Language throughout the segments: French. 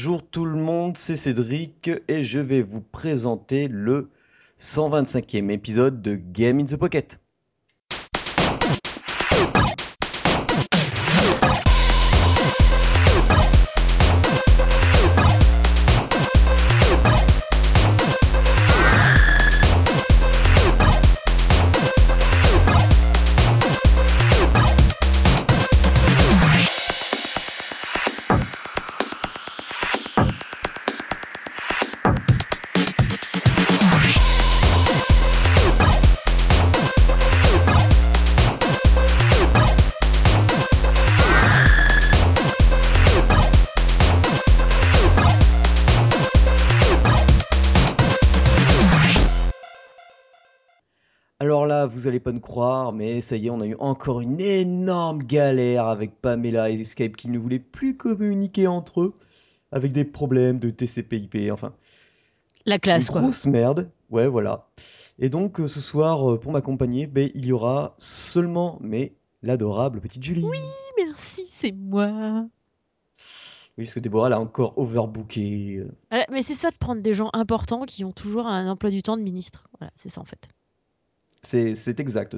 Bonjour tout le monde, c'est Cédric et je vais vous présenter le 125e épisode de Game in the Pocket. Alors là, vous allez pas nous croire, mais ça y est, on a eu encore une énorme galère avec Pamela et Skype qui ne voulaient plus communiquer entre eux, avec des problèmes de TCP/IP, enfin, La une classe, quoi. grosse merde. Ouais, voilà. Et donc ce soir, pour m'accompagner, il y aura seulement, mais l'adorable petite Oui, Julie. merci, c'est moi. Oui, parce que Déborah, elle a encore overbooké. Voilà, mais c'est ça de prendre des gens importants qui ont toujours un emploi du temps de ministre. Voilà, c'est ça en fait. C'est exact.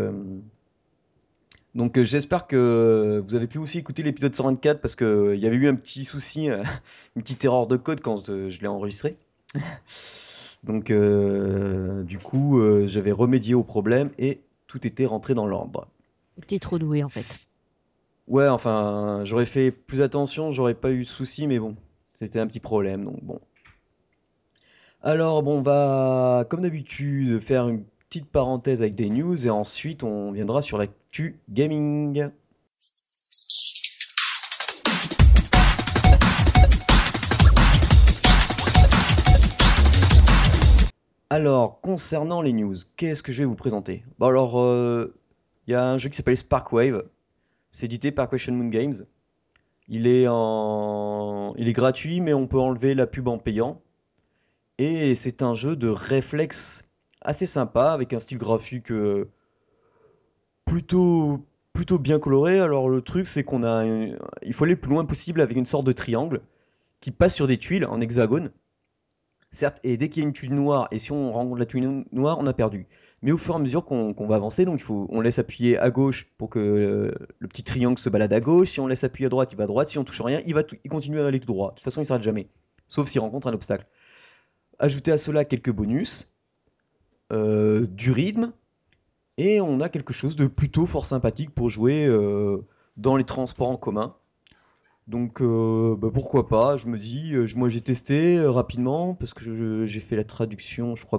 Donc, j'espère que vous avez pu aussi écouter l'épisode 124 parce qu'il y avait eu un petit souci, une petite erreur de code quand je l'ai enregistré. Donc du coup, j'avais remédié au problème et tout était rentré dans l'ordre. T'es trop doué en fait. S- Ouais, enfin, j'aurais fait plus attention, j'aurais pas eu de souci, mais bon, c'était un petit problème, donc bon. Alors bon, on va, comme d'habitude, faire une petite parenthèse avec des news et ensuite on viendra sur l'actu gaming. Alors, concernant les news, qu'est-ce que je vais vous présenter? Bon alors, il y a un jeu qui s'appelle Sparkwave, c'est édité par Question Moon Games. Il est gratuit, mais on peut enlever la pub en payant. Et c'est un jeu de réflexe assez sympa, avec un style graphique plutôt bien coloré. Alors le truc, c'est il faut aller le plus loin possible avec une sorte de triangle qui passe sur des tuiles en hexagone. Certes, et dès qu'il y a une tuile noire, et si on rencontre la tuile noire, on a perdu. Mais au fur et à mesure qu'on va avancer, donc on laisse appuyer à gauche pour que le petit triangle se balade à gauche. Si on laisse appuyer à droite, il va à droite. Si on touche rien, il continue à aller tout droit. De toute façon, il s'arrête jamais. Sauf s'il rencontre un obstacle. Ajoutez à cela quelques bonus, du rythme, et on a quelque chose de plutôt fort sympathique pour jouer dans les transports en commun. Donc pourquoi pas, je me dis, moi j'ai testé rapidement, parce que j'ai fait la traduction, je crois,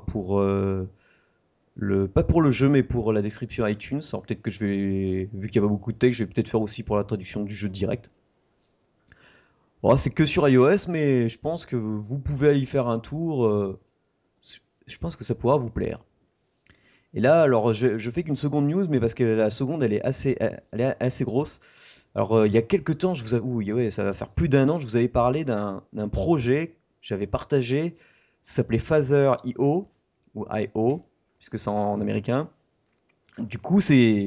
pas pour le jeu, mais pour la description iTunes. Alors peut-être que vu qu'il y a pas beaucoup de texte, je vais peut-être faire aussi pour la traduction du jeu direct. Bon, c'est que sur iOS, mais je pense que vous pouvez aller y faire un tour, je pense que ça pourra vous plaire. Et là, alors je fais qu'une seconde news, mais parce que la seconde elle est assez grosse. Alors, il y a quelques temps, je vous avoue, ouais, ça va faire plus d'un an, je vous avais parlé d'un projet que j'avais partagé. Ça s'appelait Phaser.io, ou IO, puisque c'est en américain. Du coup,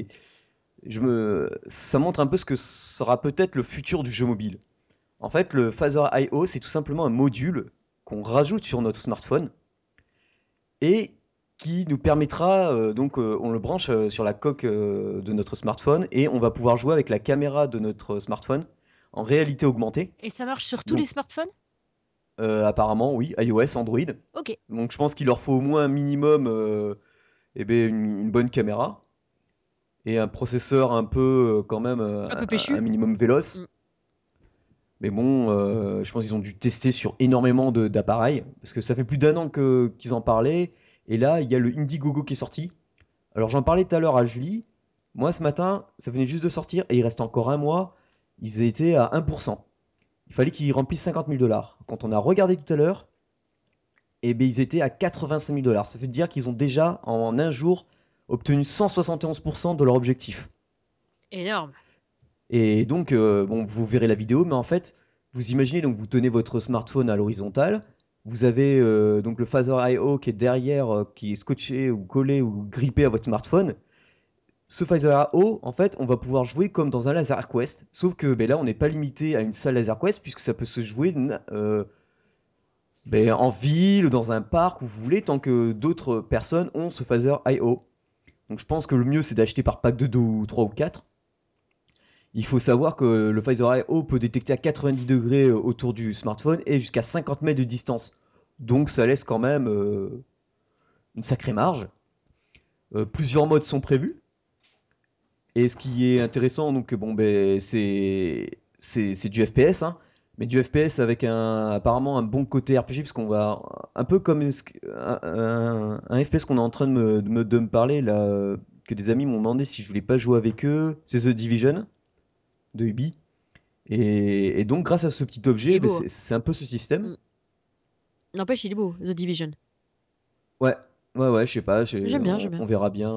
ça montre un peu ce que sera peut-être le futur du jeu mobile. En fait, le Phaser.io, c'est tout simplement un module qu'on rajoute sur notre smartphone et qui nous permettra, on le branche sur la coque de notre smartphone et on va pouvoir jouer avec la caméra de notre smartphone en réalité augmentée. Et ça marche sur tous les Donc smartphones? apparemment oui, iOS, Android. Ok. Donc je pense qu'il leur faut au moins un minimum une bonne caméra et un processeur un peu quand même Un peu un péchu? minimum Mm. véloce. Mais bon, je pense qu'ils ont dû tester sur énormément d'appareils parce que ça fait plus d'un an qu'ils en parlaient. Et là, il y a le Indiegogo qui est sorti. Alors j'en parlais tout à l'heure à Julie. Moi ce matin, ça venait juste de sortir et il reste encore un mois. Ils étaient à 1%. Il fallait qu'ils remplissent 50 000 dollars. Quand on a regardé tout à l'heure, eh bien, ils étaient à 85 000 dollars. Ça veut dire qu'ils ont déjà en un jour obtenu 171% de leur objectif. Énorme. Et donc, bon, vous verrez la vidéo, mais en fait, vous imaginez, donc vous tenez votre smartphone à l'horizontale, vous avez donc le Phaser IO qui est derrière, qui est scotché ou collé ou grippé à votre smartphone. ce Pfizer AO, en fait, on va pouvoir jouer comme dans un Laser Quest, sauf que là, on n'est pas limité à une salle Laser Quest, puisque ça peut se jouer en ville, dans un parc, où vous voulez, tant que d'autres personnes ont ce Phaser IO. Donc je pense que le mieux c'est d'acheter par pack de 2 ou 3 ou 4. Il faut savoir que le Phaser IO peut détecter à 90 degrés autour du smartphone et jusqu'à 50 mètres de distance. Donc ça laisse quand même une sacrée marge. Plusieurs modes sont prévus. Et ce qui est intéressant, donc c'est du FPS, hein, mais du FPS avec apparemment un bon côté RPG, parce qu'on va un peu comme un FPS qu'on est en train de me parler là, que des amis m'ont demandé si je voulais pas jouer avec eux, c'est The Division de Ubi. Et donc grâce à ce petit Il objet, est beau. Hein. c'est un peu ce système. Mm. N'empêche, il est beau, The Division. Ouais, ouais, je sais pas, J'aime bien, j'aime bien. on verra bien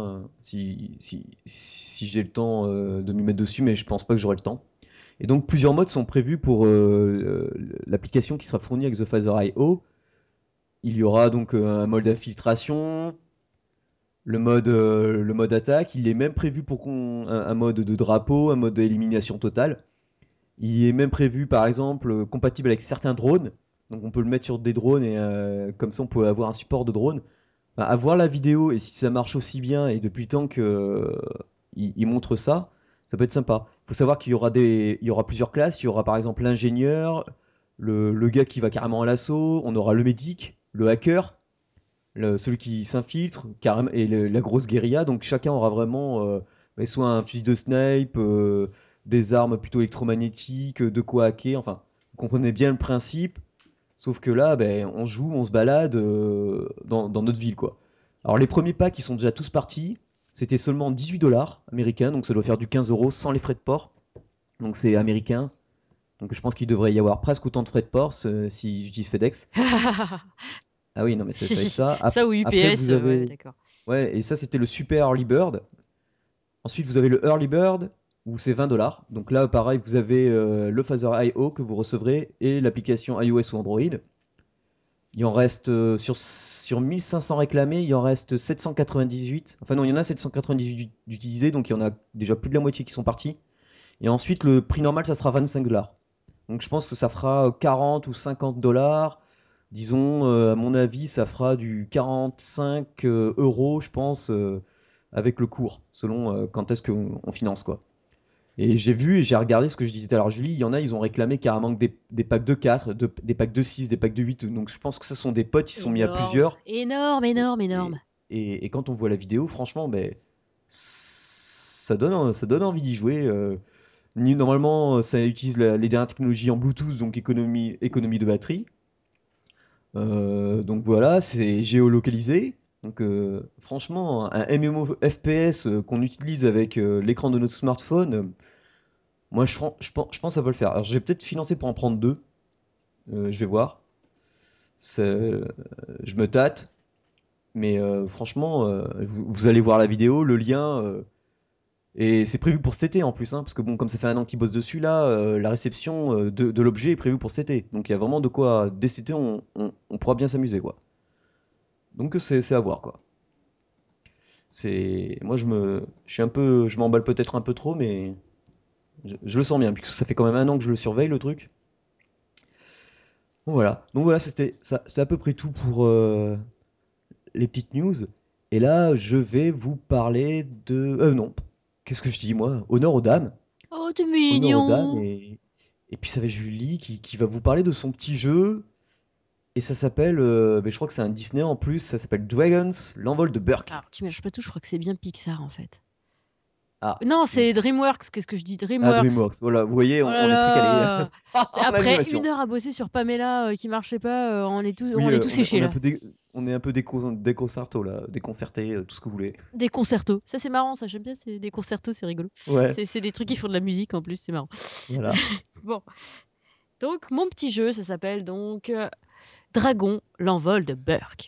si j'ai le temps de m'y mettre dessus, mais je pense pas que j'aurai le temps. Et donc plusieurs modes sont prévus pour l'application qui sera fournie avec The Phaser IO. Il y aura donc un mode d'infiltration, le mode attaque. Il est même prévu pour un mode de drapeau, un mode d'élimination totale. Il est même prévu par exemple compatible avec certains drones. Donc on peut le mettre sur des drones et comme ça on peut avoir un support de drone. Enfin, à voir la vidéo et si ça marche aussi bien et depuis le temps que il montre ça, ça peut être sympa. Il faut savoir il y aura plusieurs classes. Il y aura par exemple l'ingénieur, le gars qui va carrément à l'assaut, on aura le médic, le hacker, celui qui s'infiltre, carrément, et la grosse guérilla. Donc chacun aura vraiment soit un fusil de snipe, des armes plutôt électromagnétiques, de quoi hacker. Enfin, vous comprenez bien le principe. Sauf que là, on joue, on se balade dans notre ville, quoi. Alors les premiers packs, ils sont déjà tous partis. C'était seulement 18 dollars américains, donc ça doit faire du 15 euros sans les frais de port. Donc c'est américain. Donc je pense qu'il devrait y avoir presque autant de frais de port si j'utilise FedEx. Ah oui, non, mais ça va être ça. Ça ou Après, UPS, vous ouais, avez. d'accord. Ouais, et ça, c'était le Super Early Bird. Ensuite, vous avez le Early Bird, où c'est 20 dollars. Donc là, pareil, vous avez le Phaser IO que vous recevrez et l'application iOS ou Android. Il en reste sur 1500 réclamés, il en reste 798. Enfin non, il y en a 798 d'utilisés, donc il y en a déjà plus de la moitié qui sont partis. Et ensuite, le prix normal, ça sera 25 dollars. Donc je pense que ça fera 40 ou 50 dollars. Disons, à mon avis, ça fera du 45 euros, je pense, avec le cours, selon quand est-ce qu'on finance, quoi. Et j'ai vu et j'ai regardé ce que je disais tout à l'heure, Julie, il y en a, ils ont réclamé carrément que des packs de 4, des packs de 6, des packs de 8. Donc je pense que ce sont des potes qui se sont mis à Énorme, plusieurs. énorme, Et, énorme, énorme. et, et quand on voit la vidéo, franchement, ça donne envie d'y jouer. Normalement, ça utilise les dernières technologies en Bluetooth, donc économie de batterie. Donc voilà, c'est géolocalisé. Donc franchement, un MMO FPS qu'on utilise avec l'écran de notre smartphone, moi je pense que ça peut le faire. Alors je vais peut-être financer pour en prendre deux. Je vais voir. Je me tâte. Mais franchement, vous allez voir la vidéo, le lien. Et c'est prévu pour cet été en plus, hein, parce que bon, comme ça fait un an qu'ils bossent dessus, là, la réception de l'objet est prévue pour cet été. Donc il y a vraiment de quoi, dès cet été, on pourra bien s'amuser, quoi. Donc c'est à voir, quoi. Moi je suis un peu, je m'emballe peut-être un peu trop, mais je le sens bien, puisque ça fait quand même un an que je le surveille, le truc. Donc voilà, c'est à peu près tout pour les petites news. Et là, je vais vous parler de, non, qu'est-ce que je dis, moi? Honneur aux dames. Oh, t'es Honneur aux dames, mignon. et puis ça va être Julie qui va vous parler de son petit jeu. Et ça s'appelle, mais je crois que c'est un Disney en plus, ça s'appelle Dragons, l'envol de Burke. Alors, tu mélanges pas tout, je crois que c'est bien Pixar en fait. Ah, Non, donc, c'est DreamWorks, qu'est-ce que je dis? ah, DreamWorks. DreamWorks, voilà, vous voyez, Oh là on est très calé là! en Après une animation. heure à bosser sur Pamela qui marchait pas, Oui, on est tous on séchés est un là. peu, on est un peu déconcerto là, déconcerté, tout ce que vous voulez. Des concertos. Ça, c'est marrant, ça, j'aime bien, c'est des concertos, c'est rigolo. Ouais, C'est des trucs qui font de la musique en plus, c'est marrant. voilà. Bon, donc mon petit jeu, ça s'appelle donc Dragon, l'envol de Burke.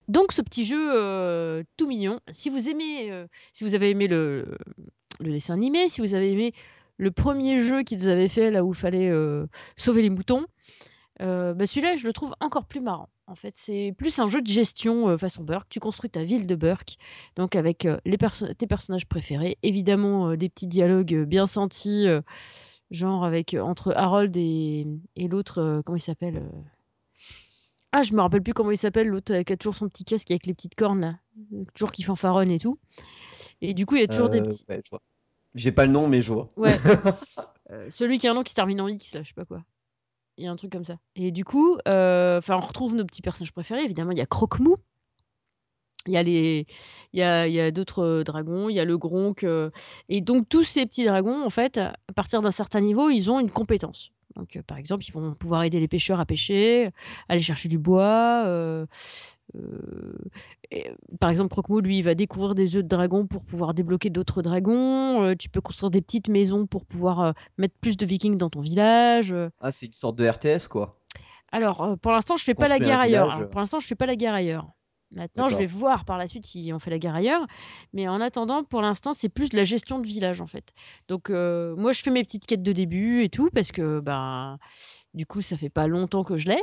Donc ce petit jeu tout mignon, si vous avez aimé le dessin animé, si vous avez aimé le premier jeu qu'ils avaient fait là où il fallait sauver les moutons, celui-là je le trouve encore plus marrant. En fait, c'est plus un jeu de gestion façon Burk. Tu construis ta ville de Burk, donc avec tes personnages préférés. Évidemment, des petits dialogues bien sentis, genre avec entre Harold et l'autre, comment il s'appelle Ah, je me rappelle plus comment il s'appelle, l'autre qui a toujours son petit casque avec les petites cornes là, toujours qui fanfaronne et tout. Et du coup, il y a toujours des petits. Ouais, je vois. J'ai pas le nom, mais je vois. Ouais, celui qui a un nom qui se termine en X là, je sais pas quoi. Il y a un truc comme ça. Et du coup, on retrouve nos petits personnages préférés. Évidemment, il y a Croque-Mou. Il y a d'autres dragons, il y a le Gronk. Et donc, tous ces petits dragons, en fait, à partir d'un certain niveau, ils ont une compétence. Donc, par exemple, ils vont pouvoir aider les pêcheurs à pêcher, aller chercher du bois. Euh, Par exemple, Croque-Mou, lui, il va découvrir des œufs de dragon pour pouvoir débloquer d'autres dragons. Tu peux construire des petites maisons pour pouvoir mettre plus de vikings dans ton village. Ah, c'est une sorte de RTS, quoi. Alors, pour l'instant, je fais pas la Construire un guerre ailleurs. village. Alors, pour l'instant, je fais pas la guerre ailleurs. Maintenant, je vais D'accord. voir par la suite si on fait la guerre ailleurs. Mais en attendant, pour l'instant, c'est plus de la gestion de village, en fait. Donc, moi, je fais mes petites quêtes de début et tout, parce que, du coup, ça fait pas longtemps que je l'ai.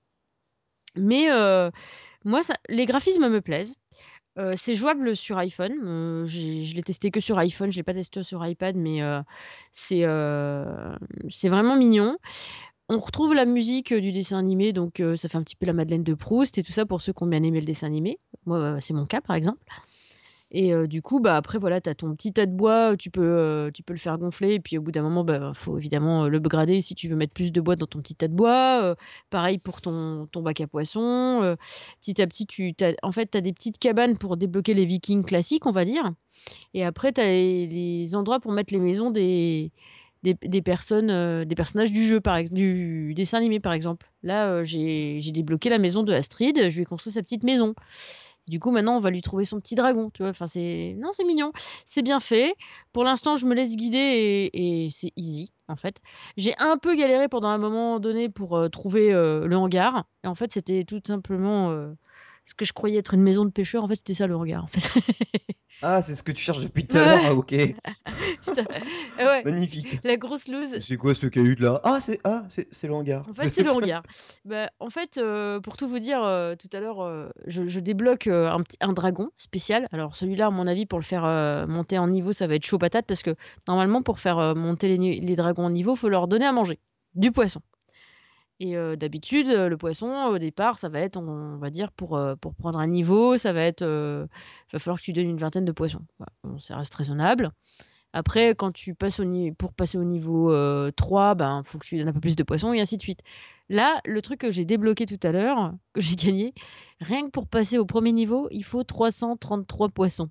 Mais moi, les graphismes me plaisent. C'est jouable sur iPhone. Je l'ai testé que sur iPhone, je l'ai pas testé sur iPad, mais c'est c'est vraiment mignon. On retrouve la musique du dessin animé, donc ça fait un petit peu la Madeleine de Proust et tout ça pour ceux qui ont bien aimé le dessin animé. Moi, c'est mon cas par exemple. Et du coup, après, voilà, tu as ton petit tas de bois, tu peux le faire gonfler, et puis au bout d'un moment, faut évidemment le grader si tu veux mettre plus de bois dans ton petit tas de bois. Pareil pour ton bac à poissons. Petit à petit, en fait, tu as des petites cabanes pour débloquer les vikings classiques, on va dire. Et après, tu as les endroits pour mettre les maisons des personnes, des personnages du jeu, du dessin animé, par exemple. Là, j'ai débloqué la maison de Astrid, je lui ai construit sa petite maison. Du coup, maintenant, on va lui trouver son petit dragon, tu vois. Enfin, non, c'est mignon, c'est bien fait. Pour l'instant, je me laisse guider et c'est easy, en fait. J'ai un peu galéré pendant un moment donné pour trouver le hangar. Et en fait, c'était tout simplement ce que je croyais être une maison de pêcheur. En fait, c'était ça le hangar, en fait. Ah, c'est ce que tu cherches depuis tout à l'heure. Ouais, Ah, ok. putain. Ouais, Magnifique. la grosse loose. C'est quoi ce caillou là? C'est le hangar. En fait, c'est le hangar. En fait, pour tout vous dire, tout à l'heure, je débloque un dragon spécial. Alors celui-là, à mon avis, pour le faire monter en niveau, ça va être chaud patate parce que normalement, pour faire monter les dragons en niveau, faut leur donner à manger du poisson. Et d'habitude, le poisson, au départ, ça va être, on va dire, pour prendre un niveau, ça va être, va falloir que tu donnes une vingtaine de poissons. Voilà. Bon, ça reste raisonnable. Après, quand tu passes pour passer au niveau 3, faut que tu donnes un peu plus de poissons et ainsi de suite. Là, le truc que j'ai débloqué tout à l'heure, que j'ai gagné, rien que pour passer au premier niveau, il faut 333 poissons.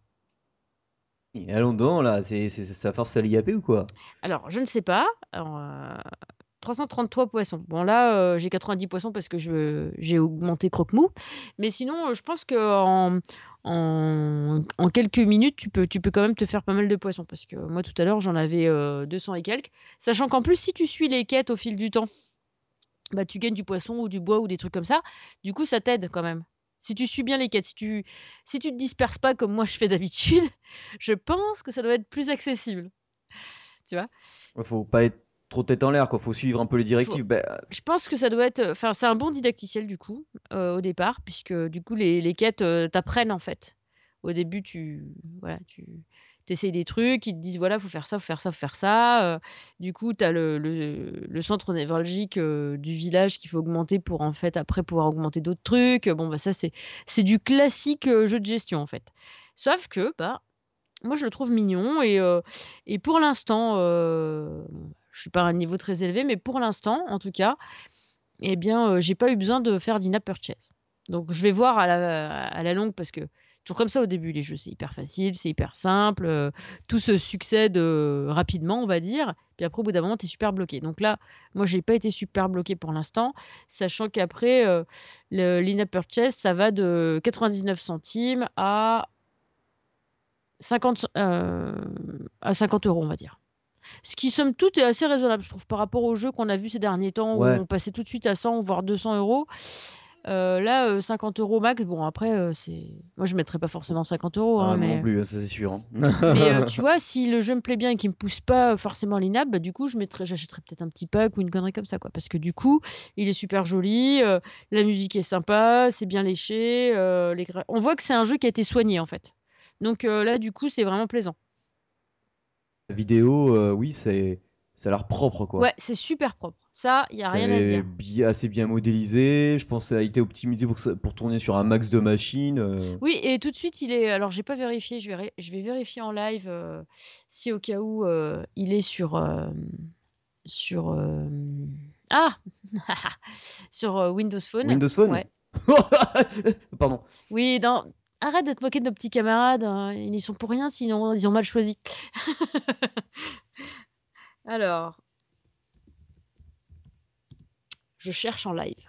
Et allons dedans là, ça force à l'IAP ou quoi? Alors, je ne sais pas. Alors, 333 poissons. Bon, là, j'ai 90 poissons parce que j'ai augmenté croque-mou. Mais sinon, je pense en quelques minutes, tu peux quand même te faire pas mal de poissons. Parce que moi, tout à l'heure, j'en avais 200 et quelques. Sachant qu'en plus, si tu suis les quêtes au fil du temps, tu gagnes du poisson ou du bois ou des trucs comme ça. Du coup, ça t'aide quand même. Si tu suis bien les quêtes, si tu te disperses pas comme moi je fais d'habitude, je pense que ça doit être plus accessible. Tu vois? Faut pas être trop tête en l'air, quoi. Faut suivre un peu les Faut- directives. Je pense que ça doit être. Enfin, c'est un bon didacticiel du coup, au départ, puisque du coup, les quêtes t'apprennent en fait. Au début, voilà, tu essayes des trucs, ils te disent voilà, faut faire ça, faut faire ça, faut faire ça. Du coup, tu as le centre névralgique du village qu'il faut augmenter pour en fait après pouvoir augmenter d'autres trucs. Bon, ça, c'est du classique jeu de gestion en fait. Sauf que, moi, je le trouve mignon et pour l'instant, je suis pas à un niveau très élevé, mais pour l'instant, en tout cas, eh bien, j'ai pas eu besoin de faire d'in-app purchase. Donc, je vais voir à la longue parce que toujours comme ça au début, les jeux, c'est hyper facile, c'est hyper simple, tout se succède rapidement, on va dire. Puis après, au bout d'un moment, tu es super bloqué. Donc là, moi, j'ai pas été super bloqué pour l'instant, sachant qu'après, l'in-app purchase, ça va de 99 centimes à 50, à 50 euros, on va dire. Ce qui, somme toute, est assez raisonnable, je trouve, par rapport aux jeux qu'on a vus ces derniers temps où Ouais. on passait tout de suite à 100 voire 200 euros. Là, 50 € max. Bon, après, moi, je mettrais pas forcément 50 € Ah, hein, moi non mais. plus, ça c'est sûr, hein. Mais tu vois, si le jeu me plaît bien et qu'il me pousse pas forcément l'inap, bah, du coup, j'achèterais peut-être un petit pack ou une connerie comme ça, quoi. Parce que du coup, il est super joli, la musique est sympa, c'est bien léché, on voit que c'est un jeu qui a été soigné, en fait. Donc là, du coup, c'est vraiment plaisant. La vidéo, oui, ça a l'air propre, quoi. Ouais, c'est super propre. Ça, il y a rien à C'est dire. assez bien modélisé. Je pense que ça a été optimisé pour tourner sur un max de machines. Oui, et tout de suite, il est. Alors, j'ai pas vérifié, je vais vérifier en live si au cas où il est sur. Ah sur Windows Phone. Windows Phone? Ouais. Pardon. Oui, arrête de te moquer de nos petits camarades, hein. Ils n'y sont pour rien, sinon ils ont mal choisi. Alors, je cherche en live.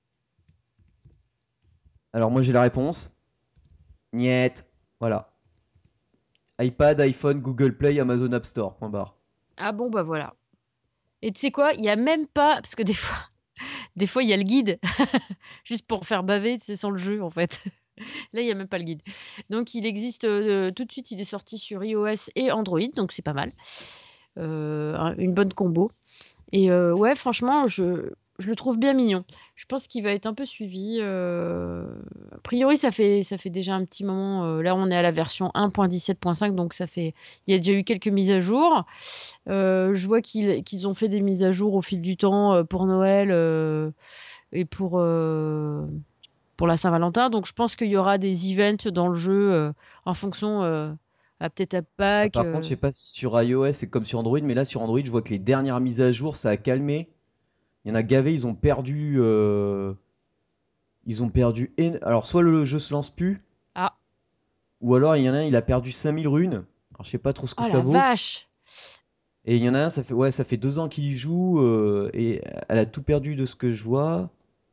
Alors moi j'ai la réponse. Niet. Voilà. iPad, iPhone, Google Play, Amazon App Store. Point barre. Ah bon, bah voilà. Et tu sais quoi, il y a même pas. Parce que des fois, il y a le guide. Juste pour faire baver, c'est sans le jeu, en fait. Là, il n'y a même pas le guide. Donc, il existe tout de suite, il est sorti sur iOS et Android, donc c'est pas mal. Une bonne combo. Et ouais, franchement, je le trouve bien mignon. Je pense qu'il va être un peu suivi. A priori, ça fait déjà un petit moment. Là, on est à la version 1.17.5, donc il y a déjà eu quelques mises à jour. Je vois qu'ils ont fait des mises à jour au fil du temps pour Noël et pour la Saint-Valentin. Donc, je pense qu'il y aura des events dans le jeu en fonction, peut-être à Ah, Pâques. par contre, je sais pas si sur iOS c'est comme sur Android, mais là sur Android, je vois que les dernières mises à jour, ça a calmé. Il y en a gavé, ils ont perdu. Ils ont perdu. Alors, soit le jeu se lance plus, Ah, ou alors il y en a un, il a perdu 5000 runes. Alors, je sais pas trop ce que oh ça la vaut. vache! Et il y en a un, ça fait 2 ans qu'il y joue, et elle a tout perdu de ce que je vois.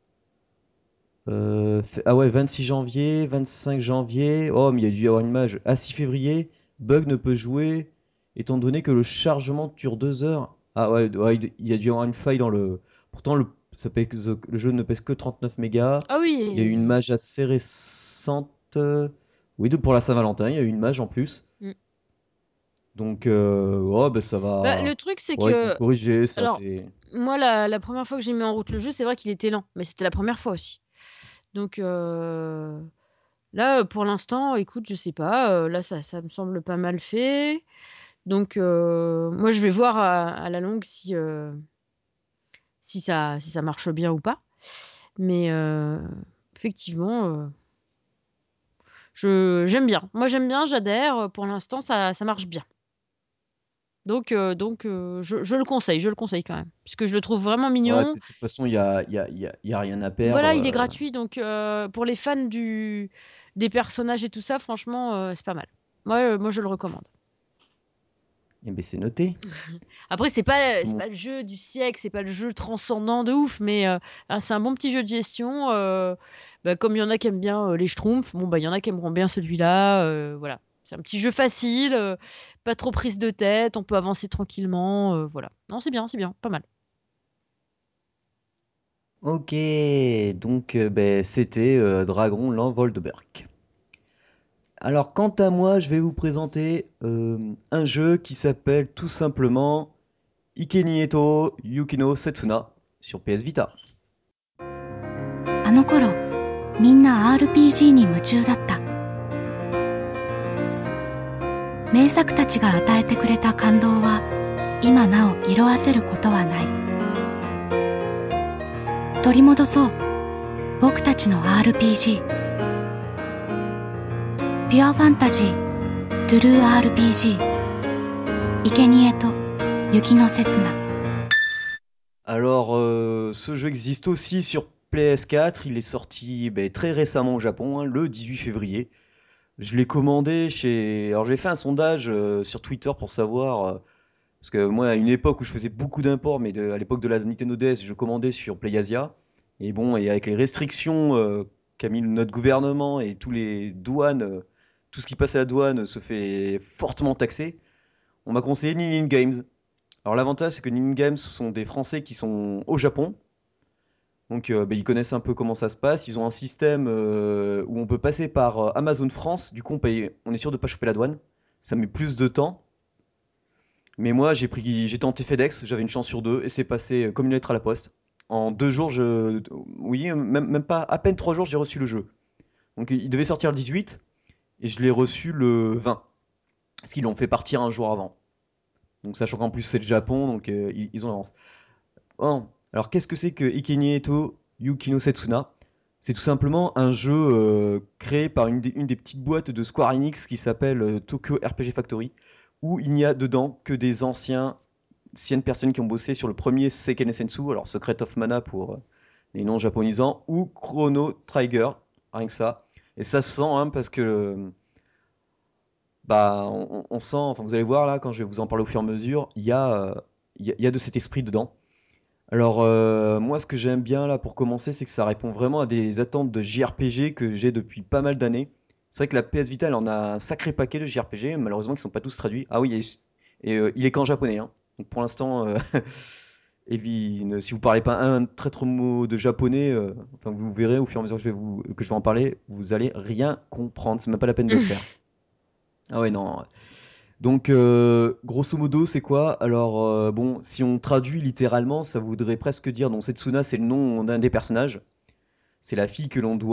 Ah ouais, 26 janvier, 25 janvier. Oh, mais il y a dû y avoir une mage. Ah, 6 février, bug ne peut jouer, étant donné que le chargement dure 2 heures. Ah ouais, ouais, il y a dû y avoir une faille dans le. Pourtant, le jeu ne pèse que 39 mégas. Ah Il y a eu une oui! mage assez récente. Oui, pour la Saint-Valentin, il y a eu une mage en plus. Mm. Donc, oh, bah, ça Bah, le va. truc, c'est Ouais, ils vont que. corriger, ça, Alors, c'est. moi, la première fois que j'ai mis en route le jeu, c'est vrai qu'il était lent, mais c'était la première fois aussi. Donc là, pour l'instant, écoute, je sais pas. Là, ça me semble pas mal fait. Donc, moi, je vais voir à la longue si ça marche bien ou pas. Mais effectivement, j'aime bien. Moi, j'aime bien, j'adhère. Pour l'instant, ça marche bien. Donc je le conseille, je le conseille quand même. Parce que je le trouve vraiment Ouais, mignon. puis de toute façon, il y a rien à perdre. Voilà, il est gratuit, donc pour les fans des personnages et tout ça, franchement, c'est pas mal. Moi, je le recommande. Eh ben, c'est noté. Après, Tout le c'est monde. pas le jeu du siècle, c'est pas le jeu transcendant de ouf, mais c'est un bon petit jeu de gestion. Bah, comme il y en a qui aiment bien les Schtroumpfs, bon, bah, il y en a qui aimeront bien celui-là. Voilà. C'est un petit jeu facile, pas trop prise de tête, on peut avancer tranquillement. Voilà. Non, c'est bien, pas mal. Ok, donc ben, c'était Dragon l'envol de Berk. Alors quant à moi, je vais vous présenter un jeu qui s'appelle tout simplement Ikenieto Yukino Setsuna sur PS Vita. あの頃、みんな RPG に夢中だった。名作たちが与えてくれた感動は、今なお色褪せることはない。取り戻そう、僕たちの RPG。ピュアファンタジー、トゥルー RPG。生贄と雪の刹那。 Alors ce jeu existe aussi sur PS4, il est sorti ben, très récemment au Japon, hein, le 18 février. Je l'ai commandé chez. Alors j'ai fait un sondage sur Twitter pour savoir. Parce que moi, à une époque où je faisais beaucoup d'imports, mais à l'époque de la Nintendo DS, je commandais sur PlayAsia. Et bon, et avec les restrictions qu'a mis notre gouvernement et tous les douanes, tout ce qui passe à la douane se fait fortement taxer. On m'a conseillé Ninin Games. Alors l'avantage, c'est que Ninin Games, ce sont des Français qui sont au Japon. Donc ils connaissent un peu comment ça se passe. Ils ont un système où on peut passer par Amazon France. Du coup, on est sûr de pas choper la douane. Ça met plus de temps. Mais moi, j'ai tenté FedEx. J'avais une chance sur deux et c'est passé comme une lettre à la poste. En 2 jours, oui, même pas, à peine 3 jours, j'ai reçu le jeu. Donc il devait sortir le 18 et je l'ai reçu le 20. Parce qu'ils l'ont fait partir un jour avant. Donc sachant qu'en plus c'est le Japon, donc ils ont l'avance. Oh, alors qu'est-ce que c'est que Ikeni Eto Yukino Setsuna? C'est tout simplement un jeu créé par une des petites boîtes de Square Enix qui s'appelle Tokyo RPG Factory, où il n'y a dedans que des anciennes personnes qui ont bossé sur le premier Seiken Sensu, alors Secret of Mana pour les noms japonisants, ou Chrono Trigger, rien que ça. Et ça se sent, hein, parce que bah, on sent, enfin vous allez voir là, quand je vais vous en parler au fur et à mesure, il y a de cet esprit dedans. Alors moi ce que j'aime bien là pour commencer, c'est que ça répond vraiment à des attentes de JRPG que j'ai depuis pas mal d'années. C'est vrai que la PS Vita elle en a un sacré paquet de JRPG, malheureusement qui sont pas tous traduits. Ah oui, il est qu'en japonais, hein. Donc pour l'instant, si vous parlez pas un traître mot de japonais, enfin vous verrez au fur et à mesure que je vais en parler, vous allez rien comprendre, c'est même pas la peine de le faire. Ah ouais non. Donc, grosso modo, c'est quoi? Alors, bon, si on traduit littéralement, ça voudrait presque dire, donc Setsuna, c'est le nom d'un des personnages. C'est la fille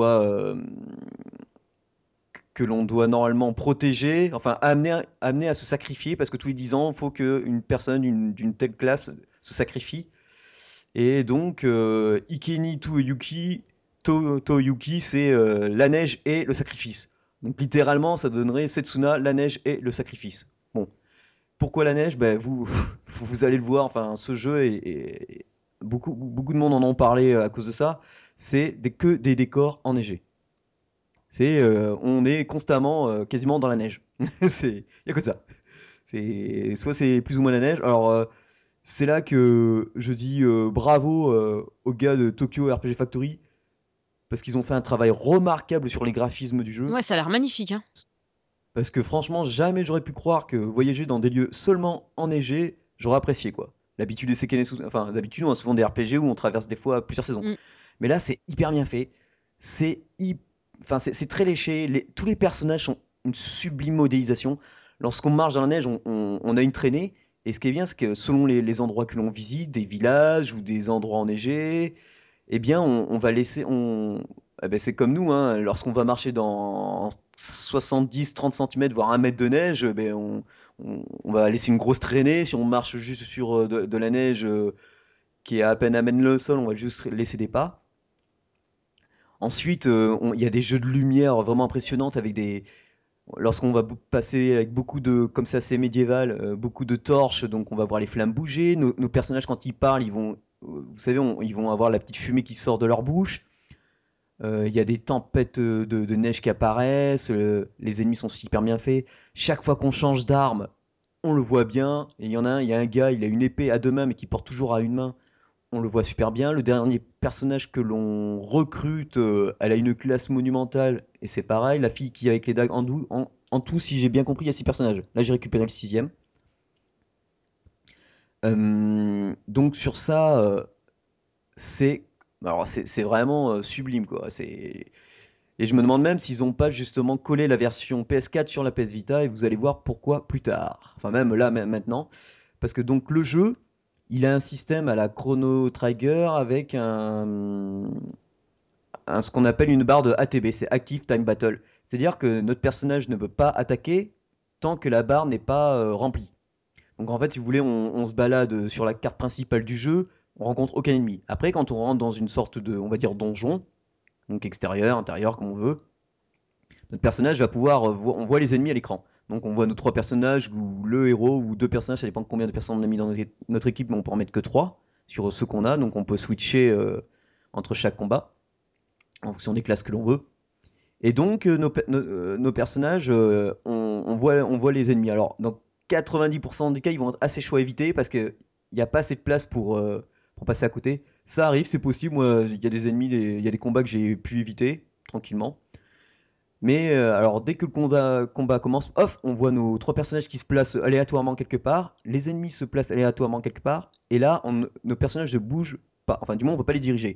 que l'on doit normalement protéger, enfin amener à se sacrifier, parce que tous les 10 ans, il faut qu'une personne d'une telle classe se sacrifie. Et donc, Ikeni Toyuki, c'est la neige et le sacrifice. Donc, littéralement, ça donnerait Setsuna, la neige et le sacrifice. Bon. Pourquoi la neige? Ben, vous allez le voir, enfin, ce jeu beaucoup de monde en ont parlé à cause de ça. Que des décors enneigés. On est constamment, quasiment dans la neige. Il y a que ça. Soit c'est plus ou moins la neige. Alors, c'est là que je dis bravo aux gars de Tokyo RPG Factory parce qu'ils ont fait un travail remarquable sur les graphismes du jeu. Ouais, ça a l'air magnifique, hein. Parce que franchement, jamais j'aurais pu croire que voyager dans des lieux seulement enneigés, j'aurais apprécié quoi. L'habitude des enfin d'habitude on a souvent des RPG où on traverse des fois plusieurs saisons. Mm. Mais là c'est hyper bien fait. Enfin c'est très léché. Tous les personnages sont une sublime modélisation. Lorsqu'on marche dans la neige, on a une traînée. Et ce qui est bien, c'est que selon les endroits que l'on visite, des villages ou des endroits enneigés, eh bien, on va laisser. Eh ben, c'est comme nous, hein, lorsqu'on va marcher dans 70-30 cm, voire 1 mètre de neige, ben, on va laisser une grosse traînée. Si on marche juste sur de la neige qui est à peine amène le sol, on va juste laisser des pas. Ensuite, il y a des jeux de lumière vraiment impressionnantes avec des. Lorsqu'on va passer avec beaucoup de, comme c'est assez médiéval, beaucoup de torches, donc on va voir les flammes bouger. Nos personnages, quand ils parlent, vous savez, ils vont avoir la petite fumée qui sort de leur bouche. Il y a des tempêtes de neige qui apparaissent. Les ennemis sont super bien faits. Chaque fois qu'on change d'arme, on le voit bien. Et il y a un gars, il a une épée à 2 mains, mais qui porte toujours à une main. On le voit super bien. Le dernier personnage que l'on recrute, elle a une classe monumentale. Et c'est pareil, la fille qui est avec les dagues en tout, si j'ai bien compris, il y a 6 personnages. Là, j'ai récupéré le sixième. Donc sur ça, c'est c'est vraiment sublime quoi. Et je me demande même s'ils n'ont pas justement collé la version PS4 sur la PS Vita et vous allez voir pourquoi plus tard. Enfin même là maintenant, parce que donc le jeu, il a un système à la Chrono Trigger avec ce qu'on appelle une barre de ATB, c'est Active Time Battle. C'est-à-dire que notre personnage ne peut pas attaquer tant que la barre n'est pas remplie. Donc en fait, si vous voulez, on se balade sur la carte principale du jeu, on rencontre aucun ennemi. Après, quand on rentre dans une sorte de, on va dire, donjon, donc extérieur, intérieur, comme on veut, notre personnage va pouvoir, on voit les ennemis à l'écran. Donc on voit nos 3 personnages, ou le héros, ou 2 personnages, ça dépend de combien de personnes on a mis dans notre équipe, mais on peut en mettre que 3 sur ceux qu'on a, donc on peut switcher entre chaque combat, en fonction des classes que l'on veut. Et donc nos personnages, on voit les ennemis. Alors dans 90% des cas, ils vont être assez chauds à éviter parce qu'il n'y a pas assez de place pour passer à côté. Ça arrive, c'est possible. Moi, il y a des ennemis, il y a des combats que j'ai pu éviter tranquillement. Mais alors dès que le combat commence, off, on voit nos 3 personnages qui se placent aléatoirement quelque part. Les ennemis se placent aléatoirement quelque part. Et là, nos personnages ne bougent pas. Enfin, du moins, on ne peut pas les diriger.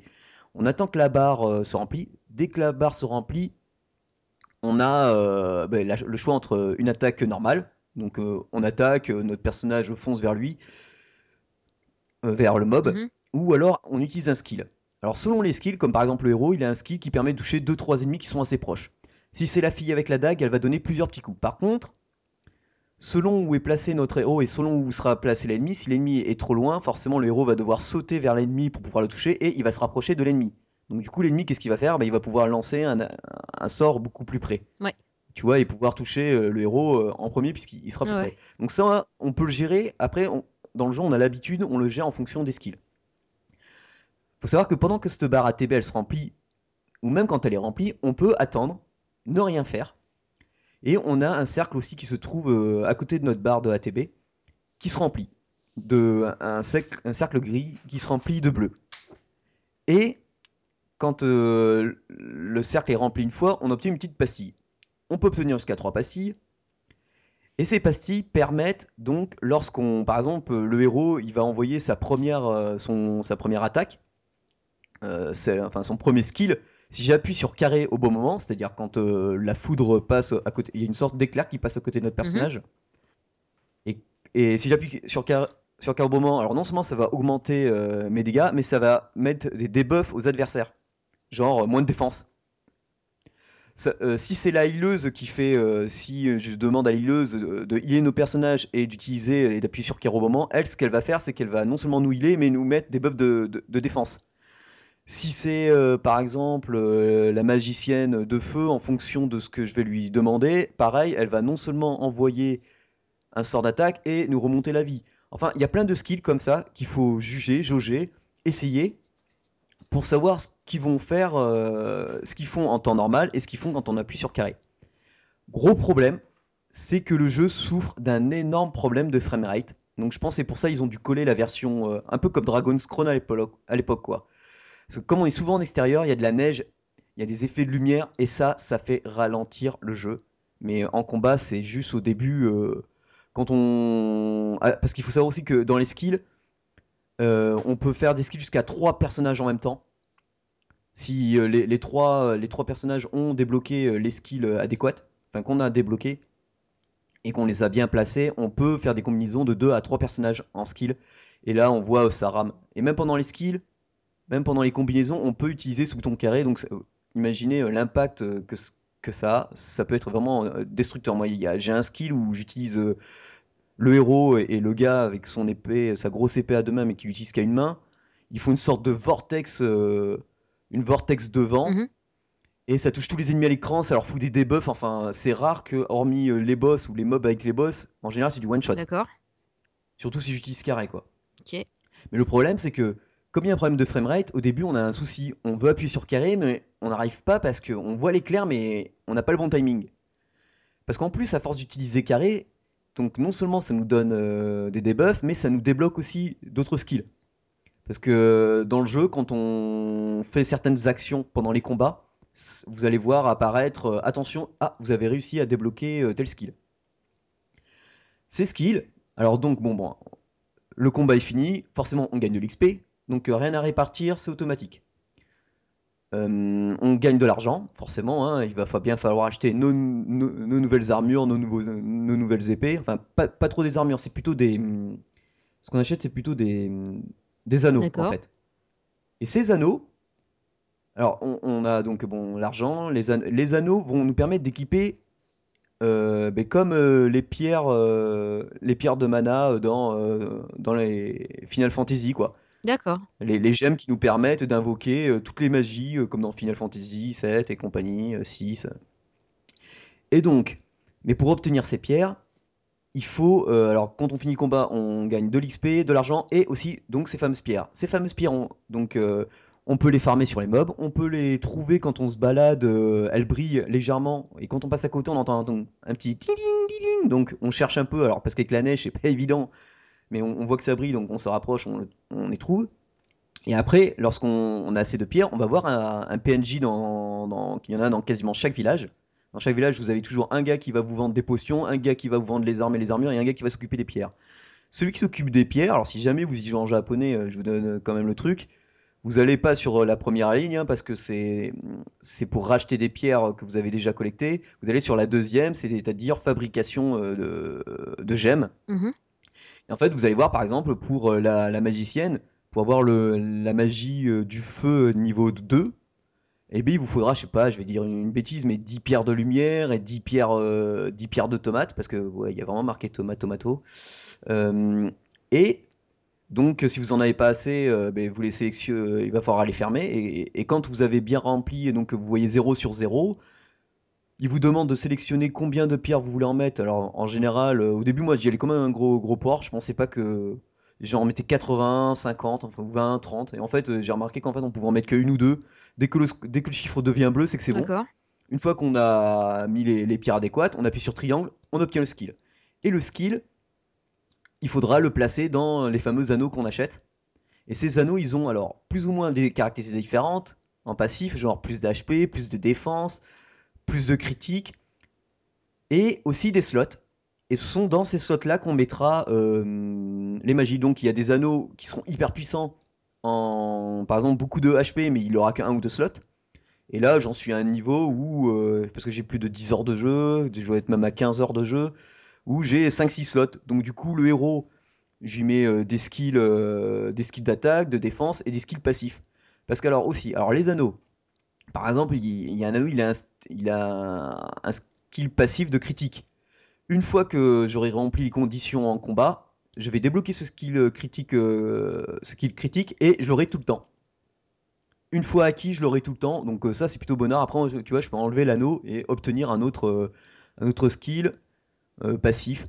On attend que la barre se remplit. Dès que la barre se remplit, on a le choix entre une attaque normale. Donc on attaque, notre personnage fonce vers lui, vers le mob, Mhm. ou alors on utilise un skill. Alors selon les skills, comme par exemple le héros, il a un skill qui permet de toucher 2-3 ennemis qui sont assez proches. Si c'est la fille avec la dague, elle va donner plusieurs petits coups. Par contre, selon où est placé notre héros et selon où sera placé l'ennemi, si l'ennemi est trop loin, forcément le héros va devoir sauter vers l'ennemi pour pouvoir le toucher et il va se rapprocher de l'ennemi. Donc du coup l'ennemi qu'est-ce qu'il va faire? Il va pouvoir lancer un sort beaucoup plus près. Ouais. Tu vois, et pouvoir toucher le héros en premier puisqu'il sera plus Ouais. près. Donc ça, on peut le gérer. Après, dans le jeu, on a l'habitude, on le gère en fonction des skills. Faut savoir que pendant que cette barre ATB elle se remplit, ou même quand elle est remplie, on peut attendre, ne rien faire. Et on a un cercle aussi qui se trouve à côté de notre barre de ATB, qui se remplit. Un cercle gris qui se remplit de bleu. Et quand le cercle est rempli une fois, on obtient une petite pastille. On peut obtenir jusqu'à 3 pastilles. Et ces pastilles permettent donc, lorsqu'on, par exemple, le héros, il va envoyer sa première attaque, son premier skill. Si j'appuie sur carré au bon moment, c'est-à-dire quand la foudre passe à côté, il y a une sorte d'éclair qui passe à côté de notre Mhm. personnage. Et, et si j'appuie sur carré au bon moment, alors non seulement ça va augmenter mes dégâts, mais ça va mettre des debuffs aux adversaires. Genre moins de défense. Si c'est la healeuse qui fait, si je demande à la healeuse de healer nos personnages et d'utiliser et d'appuyer sur carré au bon moment, elle, ce qu'elle va faire, c'est qu'elle va non seulement nous healer, mais nous mettre des buffs de défense. Si c'est par exemple la magicienne de feu, en fonction de ce que je vais lui demander, pareil, elle va non seulement envoyer un sort d'attaque et nous remonter la vie. Enfin, il y a plein de skills comme ça qu'il faut juger, jauger, essayer pour savoir ce qu'ils vont faire, ce qu'ils font en temps normal et ce qu'ils font quand on appuie sur carré. Gros problème, c'est que le jeu souffre d'un énorme problème de framerate. Donc je pense que c'est pour ça qu'ils ont dû coller la version un peu comme Dragon's Crown à l'époque quoi. Parce que comme on est souvent en extérieur, il y a de la neige, il y a des effets de lumière, et ça fait ralentir le jeu. Mais en combat, c'est juste au début, parce qu'il faut savoir aussi que dans les skills, on peut faire des skills jusqu'à 3 personnages en même temps. Si les trois personnages ont débloqué les skills adéquats, enfin qu'on a débloqué, et qu'on les a bien placés, on peut faire des combinaisons de 2 à 3 personnages en skill. Et là, on voit ça rame. Et même pendant les skills, même pendant les combinaisons, on peut utiliser ce bouton carré. Donc, imaginez l'impact que ça a. Ça peut être vraiment destructeur. Moi, j'ai un skill où j'utilise le héros et le gars avec son épée, sa grosse épée à deux mains, mais qui l'utilise qu'à une main. Ils font une sorte de vortex, une vortex de vent. Mhm. Et ça touche tous les ennemis à l'écran, ça leur fout des debuffs. Enfin, c'est rare que, hormis les boss ou les mobs avec les boss, en général, c'est du one shot. D'accord. Surtout si j'utilise carré, quoi. Ok. Mais le problème, c'est que, comme il y a un problème de framerate, au début, on a un souci. On veut appuyer sur carré, mais on n'arrive pas parce qu'on voit l'éclair, mais on n'a pas le bon timing. Parce qu'en plus, à force d'utiliser carré, donc non seulement ça nous donne des debuffs, mais ça nous débloque aussi d'autres skills. Parce que dans le jeu, quand on fait certaines actions pendant les combats, vous allez voir apparaître attention, ah, vous avez réussi à débloquer tel skill. Ces skills, alors donc, bon, le combat est fini, forcément on gagne de l'XP, donc rien à répartir, c'est automatique. On gagne de l'argent, forcément, hein, il va bien falloir acheter nos nouvelles armures, nos nouvelles épées, enfin pas trop des armures, c'est plutôt des... Ce qu'on achète, c'est plutôt des anneaux, en D'accord. fait. Et ces anneaux, alors on a donc bon, l'argent, les anneaux vont nous permettre d'équiper comme les pierres de mana dans les Final Fantasy, quoi. D'accord. Les gemmes qui nous permettent d'invoquer toutes les magies, comme dans Final Fantasy 7 et compagnie, 6. Et donc, mais pour obtenir ces pierres, il faut, alors quand on finit le combat, on gagne de l'XP, de l'argent et aussi donc ces fameuses pierres. Ces fameuses pierres, on peut les farmer sur les mobs, on peut les trouver quand on se balade, elles brillent légèrement et quand on passe à côté, on entend un petit ting ting, donc on cherche un peu, alors parce qu'avec la neige c'est pas évident, mais on voit que ça brille, donc on se rapproche, on les trouve. Et après, lorsqu'on a assez de pierres, on va voir un PNJ qu'il y en a dans quasiment chaque village. Dans chaque village, vous avez toujours un gars qui va vous vendre des potions, un gars qui va vous vendre les armes et les armures, et un gars qui va s'occuper des pierres. Celui qui s'occupe des pierres, alors si jamais vous y jouez en japonais, je vous donne quand même le truc. Vous allez pas sur la première ligne hein, parce que c'est pour racheter des pierres que vous avez déjà collectées. Vous allez sur la deuxième, c'est-à-dire fabrication de gemmes. Mhm. Et en fait, vous allez voir par exemple pour la magicienne, pour avoir la magie du feu niveau 2, eh bien il vous faudra, je sais pas, je vais dire une bêtise, mais 10 pierres de lumière et 10 pierres de tomates, parce que ouais, il y a vraiment marqué tomate, tomato. Euh, et donc, si vous en avez pas assez, ben, vous les sélectionnez, il va falloir les fermer. Et quand vous avez bien rempli, et donc que vous voyez 0 sur 0, il vous demande de sélectionner combien de pierres vous voulez en mettre. Alors, en général, au début, moi, j'y allais comme un gros porc. Je pensais pas que j'en mettais 80, 50, enfin, ou 20, 30. Et en fait, j'ai remarqué qu'en fait, on pouvait en mettre qu'une ou deux. Dès que le chiffre devient bleu, c'est que c'est bon. D'accord. Une fois qu'on a mis les pierres adéquates, on appuie sur triangle, on obtient le skill. Et le skill, il faudra le placer dans les fameux anneaux qu'on achète. Et ces anneaux, ils ont alors plus ou moins des caractéristiques différentes en passif, genre plus d'HP, plus de défense, plus de critique, et aussi des slots. Et ce sont dans ces slots-là qu'on mettra les magies. Donc il y a des anneaux qui seront hyper puissants en, par exemple, beaucoup de HP, mais il aura qu'un ou deux slots. Et là, j'en suis à un niveau où, parce que j'ai plus de 10 heures de jeu, je dois être même à 15 heures de jeu, où j'ai 5-6 slots. Donc du coup, le héros, je lui mets des skills d'attaque, de défense et des skills passifs. Parce que alors aussi, alors les anneaux, par exemple, il y a un anneau, il a un skill passif de critique. Une fois que j'aurai rempli les conditions en combat, je vais débloquer ce skill critique et je l'aurai tout le temps. Une fois acquis, je l'aurai tout le temps. Donc ça, c'est plutôt bonheur. Après, tu vois, je peux enlever l'anneau et obtenir un autre skill passif.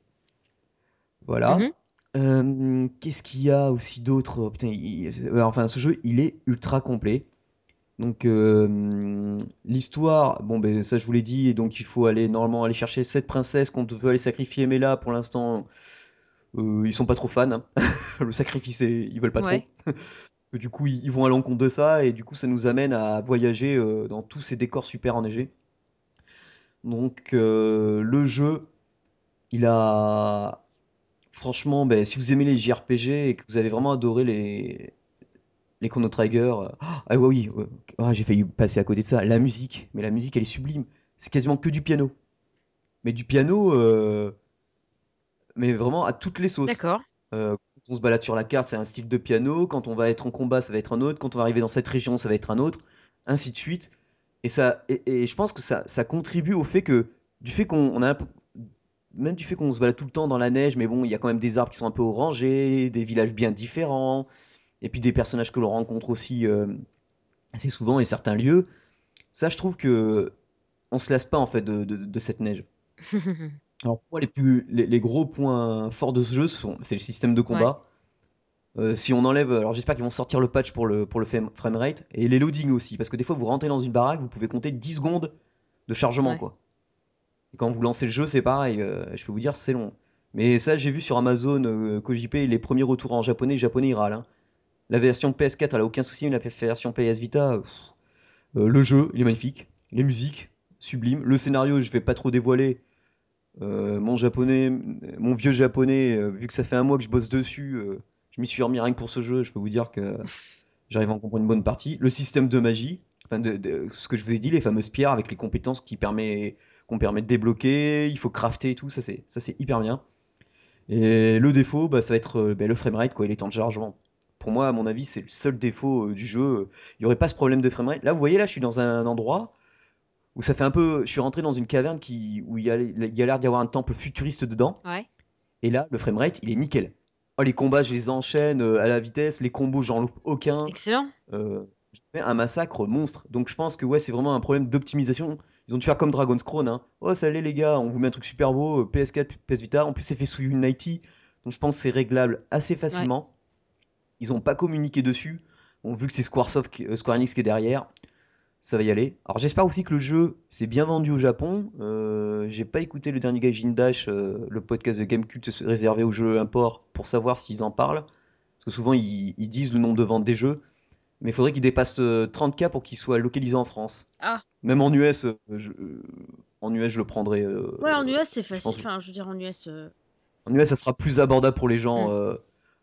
Mhm. Voilà. Qu'est-ce qu'il y a aussi d'autre? Oh, putain, enfin, ce jeu, il est ultra complet. Donc, l'histoire, bon, ben, ça je vous l'ai dit, et donc il faut aller normalement aller chercher cette princesse qu'on veut aller sacrifier, mais là, pour l'instant, ils sont pas trop fans, hein. Le sacrifice, ils veulent pas trop. Ouais. Du coup, ils vont à l'encontre de ça, et du coup, ça nous amène à voyager dans tous ces décors super enneigés. Donc, le jeu, il a. Franchement, ben, si vous aimez les JRPG et que vous avez vraiment adoré les Chrono Trigger, ah ouais, oui, ouais. Ah, j'ai failli passer à côté de ça. La musique, mais la musique, elle est sublime. C'est quasiment que du piano. Mais du piano, mais vraiment à toutes les sauces. D'accord. Quand on se balade sur la carte, c'est un style de piano. Quand on va être en combat, ça va être un autre. Quand on va arriver dans cette région, ça va être un autre. Ainsi de suite. Et je pense que ça contribue au fait que, du fait qu'on a même du fait qu'on se balade tout le temps dans la neige, mais bon, il y a quand même des arbres qui sont un peu orangés, des villages bien différents, et puis des personnages que l'on rencontre aussi assez souvent et certains lieux. Ça, je trouve que on se lasse pas en fait de cette neige. Alors pour moi, les gros points forts de ce jeu, c'est le système de Ouais. combat. Si on enlève, alors j'espère qu'ils vont sortir le patch pour le framerate et les loadings aussi, parce que des fois vous rentrez dans une baraque, vous pouvez compter 10 secondes de chargement Ouais. quoi. Et quand vous lancez le jeu, c'est pareil, je peux vous dire c'est long. Mais ça, j'ai vu sur Amazon, KOJP, les premiers retours en japonais ils râlent, hein. La version PS4, elle a aucun souci, mais la version PS Vita, le jeu, il est magnifique. Les musiques, sublimes. Le scénario, je vais pas trop dévoiler. Mon vieux japonais, vu que ça fait un mois que je bosse dessus, je m'y suis remis rien que pour ce jeu. Je peux vous dire que j'arrive à en comprendre une bonne partie. Le système de magie, enfin ce que je vous ai dit, les fameuses pierres avec les compétences qu'on permet de débloquer, il faut crafter et tout, ça c'est hyper bien. Et le défaut, bah, ça va être bah, le framerate, quoi, et les temps de chargement. Pour moi, à mon avis, c'est le seul défaut du jeu. Il n'y aurait pas ce problème de framerate. Là, vous voyez, là, je suis dans un endroit où ça fait un peu. Je suis rentré dans une caverne où il y a l'air d'y avoir un temple futuriste dedans. Ouais. Et là, le framerate, il est nickel. Oh, les combats, je les enchaîne à la vitesse. Les combos, j'en loupe aucun. Excellent. Je fais un massacre monstre. Donc, je pense que ouais, c'est vraiment un problème d'optimisation. Ils ont dû faire comme Dragon's Crown, hein. Oh, ça l'est, les gars, on vous met un truc super beau, PS4, PS Vita. En plus, c'est fait sous Unity. Donc, je pense que c'est réglable assez Ouais. facilement. Ils n'ont pas communiqué dessus. Bon, vu que c'est Square Enix qui est derrière, ça va y aller. Alors j'espère aussi que le jeu s'est bien vendu au Japon. J'ai pas écouté le dernier Gaijin Dash, le podcast de Gamecult réservé aux jeux import pour savoir s'ils en parlent. Parce que souvent ils disent le nombre de ventes des jeux. Mais il faudrait qu'ils dépassent 30K pour qu'ils soient localisés en France. Ah. Même en US, en US je le prendrai. Ouais, en US, c'est Je facile. pense. Enfin, je veux dire, en US. En US ça sera plus abordable pour les gens. Hmm.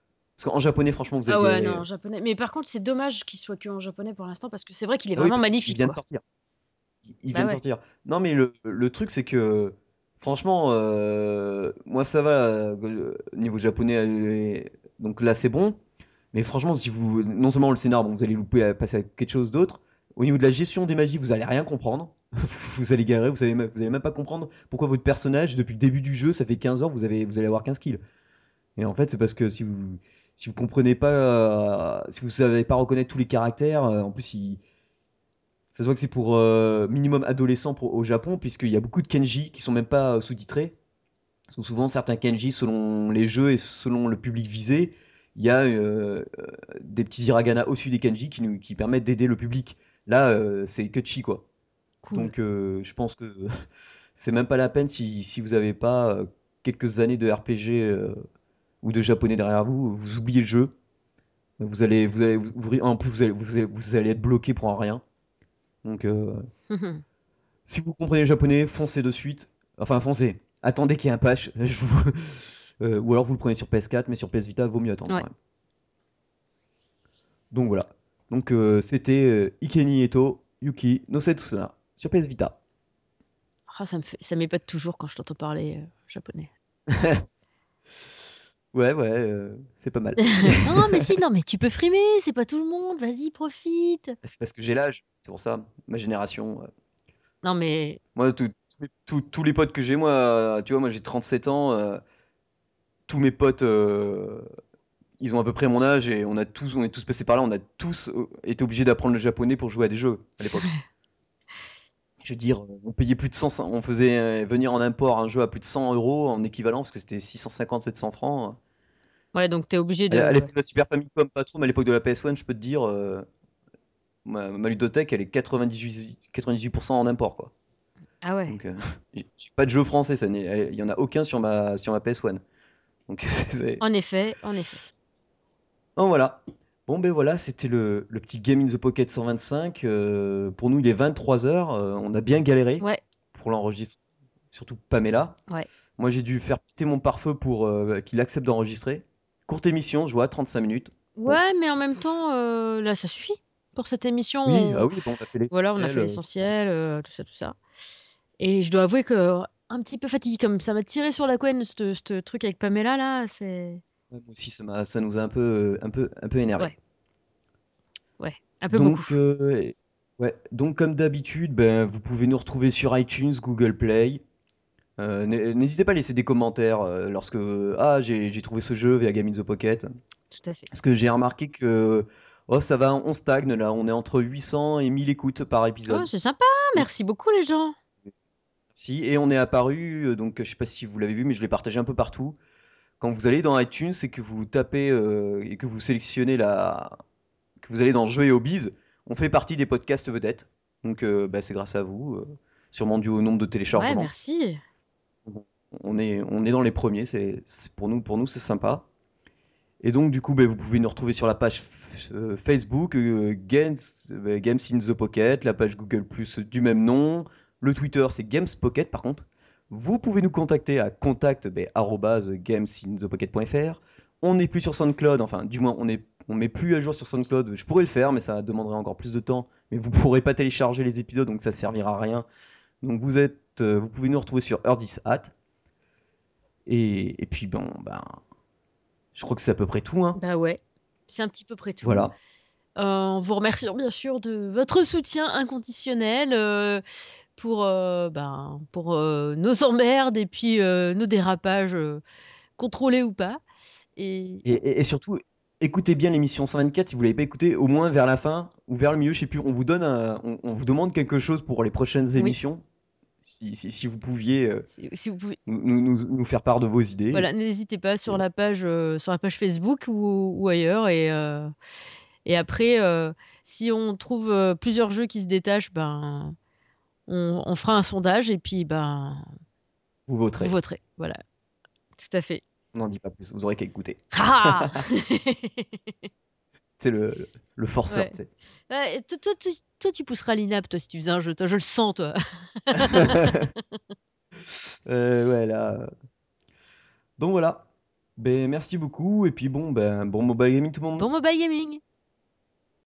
Parce qu'en japonais, franchement, vous Ah allez ouais, non, galérer. en japonais. Mais par contre, c'est dommage qu'il soit que en japonais pour l'instant parce que c'est vrai qu'il est Ah oui, vraiment parce qu'il magnifique, vient de quoi. sortir. Il vient Bah de ouais. sortir. Non, mais le truc, c'est que, franchement, moi, ça va, niveau japonais, donc là, c'est bon. Mais franchement, si vous, non seulement le scénar, bon, vous allez louper à passer à quelque chose d'autre. Au niveau de la gestion des magies, vous allez rien comprendre. Vous allez galérer, vous allez même pas comprendre pourquoi votre personnage, depuis le début du jeu, ça fait 15 heures, vous allez avoir 15 kills. Et en fait, c'est parce que si vous comprenez pas, si vous savez pas reconnaître tous les caractères, en plus, ça se voit que c'est pour minimum adolescent au Japon, puisqu'il y a beaucoup de kanji qui sont même pas sous-titrés. Parce que souvent, certains kanji, selon les jeux et selon le public visé, il y a des petits hiragana au-dessus des kanji qui permettent d'aider le public. Là, c'est que chi, quoi. Cool. Donc, je pense que c'est même pas la peine si vous avez pas quelques années de RPG ou de japonais derrière vous, vous oubliez le jeu. En plus, vous allez être bloqué pour un rien. Donc, si vous comprenez le japonais, foncez de suite. Enfin, foncez. Attendez qu'il y ait un patch. Ou alors vous le prenez sur PS4, mais sur PS Vita, vaut mieux attendre Ouais. quand même. Donc voilà. Donc c'était Ikeni Eto Yuki no Setsuna sur PS Vita. Ah, ça m'épate toujours quand je t'entends parler japonais. Ouais, ouais, c'est pas mal. Non, mais si, non, mais tu peux frimer, c'est pas tout le monde, vas-y, profite. C'est parce que j'ai l'âge, c'est pour ça. Ma génération. Non, mais Moi, tous les potes que j'ai, moi, tu vois, moi j'ai 37 ans. Tous mes potes, ils ont à peu près mon âge et on est tous passés par là. On a tous été obligés d'apprendre le japonais pour jouer à des jeux à l'époque. Je veux dire, on payait plus de 100, on faisait venir en import un jeu à plus de 100 euros en équivalent parce que c'était 650, 700 francs. ouais, donc t'es obligé À de. Ouais. l'époque de la Super Famicom, pas trop, mais à l'époque de la PS1, je peux te dire, ma ludothèque, elle est 98% en import, quoi. Ah ouais. Donc, j'ai pas de jeu français, il y en a aucun sur ma PS1. Donc, c'est. En effet, en effet. Donc voilà. Bon, ben voilà, c'était le petit Game in the Pocket 125. Pour nous, il est 23 heures. On a bien galéré Ouais, pour l'enregistrer, surtout Pamela. ouais. Moi, j'ai dû faire péter mon pare-feu pour qu'il accepte d'enregistrer. Courte émission, je vois, 35 minutes. Bon, Ouais, mais en même temps, là, ça suffit. Pour cette émission, oui, ah oui, bon, on a fait voilà, on a l'essentiel. fait l'essentiel, tout ça, tout ça. Et je dois avouer que un petit peu fatigué, comme ça m'a tiré sur la couenne, ce truc avec Pamela, là, c'est. Ouais, moi aussi, ça nous a un peu énervé. Ouais, ouais, un peu beaucoup. Donc, ouais, donc comme d'habitude, ben, vous pouvez nous retrouver sur iTunes, Google Play. N'hésitez pas à laisser des commentaires lorsque j'ai trouvé ce jeu via Game in the Pocket. Tout à fait. Parce que j'ai remarqué que oh, ça va, on stagne là, on est entre 800 et 1000 écoutes par Oh, épisode. c'est sympa, Donc, merci beaucoup, les gens. si, et on est apparu, donc je sais pas si vous l'avez vu, mais je l'ai partagé un peu partout. Quand vous allez dans iTunes et que vous tapez et que vous sélectionnez que vous allez dans Jeux et Hobbies, on fait partie des podcasts vedettes. Donc bah, c'est grâce à vous, sûrement dû au nombre de Ouais, téléchargements. merci. Bon, on est dans les premiers, pour nous c'est sympa. Et donc du coup, bah, vous pouvez nous retrouver sur la page Facebook Games in the Pocket, la page Google Plus du même nom, le Twitter c'est Games Pocket par contre. Vous pouvez nous contacter à contact @gamesinthepocket.fr. On n'est plus sur SoundCloud, enfin du moins on met plus à jour sur SoundCloud. Je pourrais le faire, mais ça demanderait encore plus de temps. Mais vous pourrez pas télécharger les épisodes, donc ça servira à rien. Donc vous pouvez nous retrouver sur Earthishat. Et puis bon, ben, je crois que c'est à peu près tout, hein. Bah ouais, c'est un petit peu près tout. Voilà. En vous remerciant bien sûr de votre soutien inconditionnel pour nos emmerdes et puis nos dérapages contrôlés ou pas. Et Et surtout, écoutez bien l'émission 124 si vous l'avez pas écouté, au moins vers la fin ou vers le milieu, je sais plus. On vous demande quelque chose pour les prochaines oui, émissions. Si vous pouviez si vous pouvez, nous faire part de vos idées. voilà, n'hésitez pas Et voilà. sur la page Facebook ou ailleurs. Et après, si on trouve plusieurs jeux qui se détachent, ben, on fera un sondage et puis ben, Vous vous voterez. voterez. Voilà, tout à fait. On n'en dit pas plus, vous aurez qu'à écouter. Ah C'est le forceur, ouais. tu sais. Ouais, et toi, tu pousseras l'INAP, toi, si tu faisais un jeu. Toi, je le sens, toi. Ouais, là. Donc voilà. Ben merci beaucoup et puis bon mobile gaming tout le monde. Bon mobile gaming!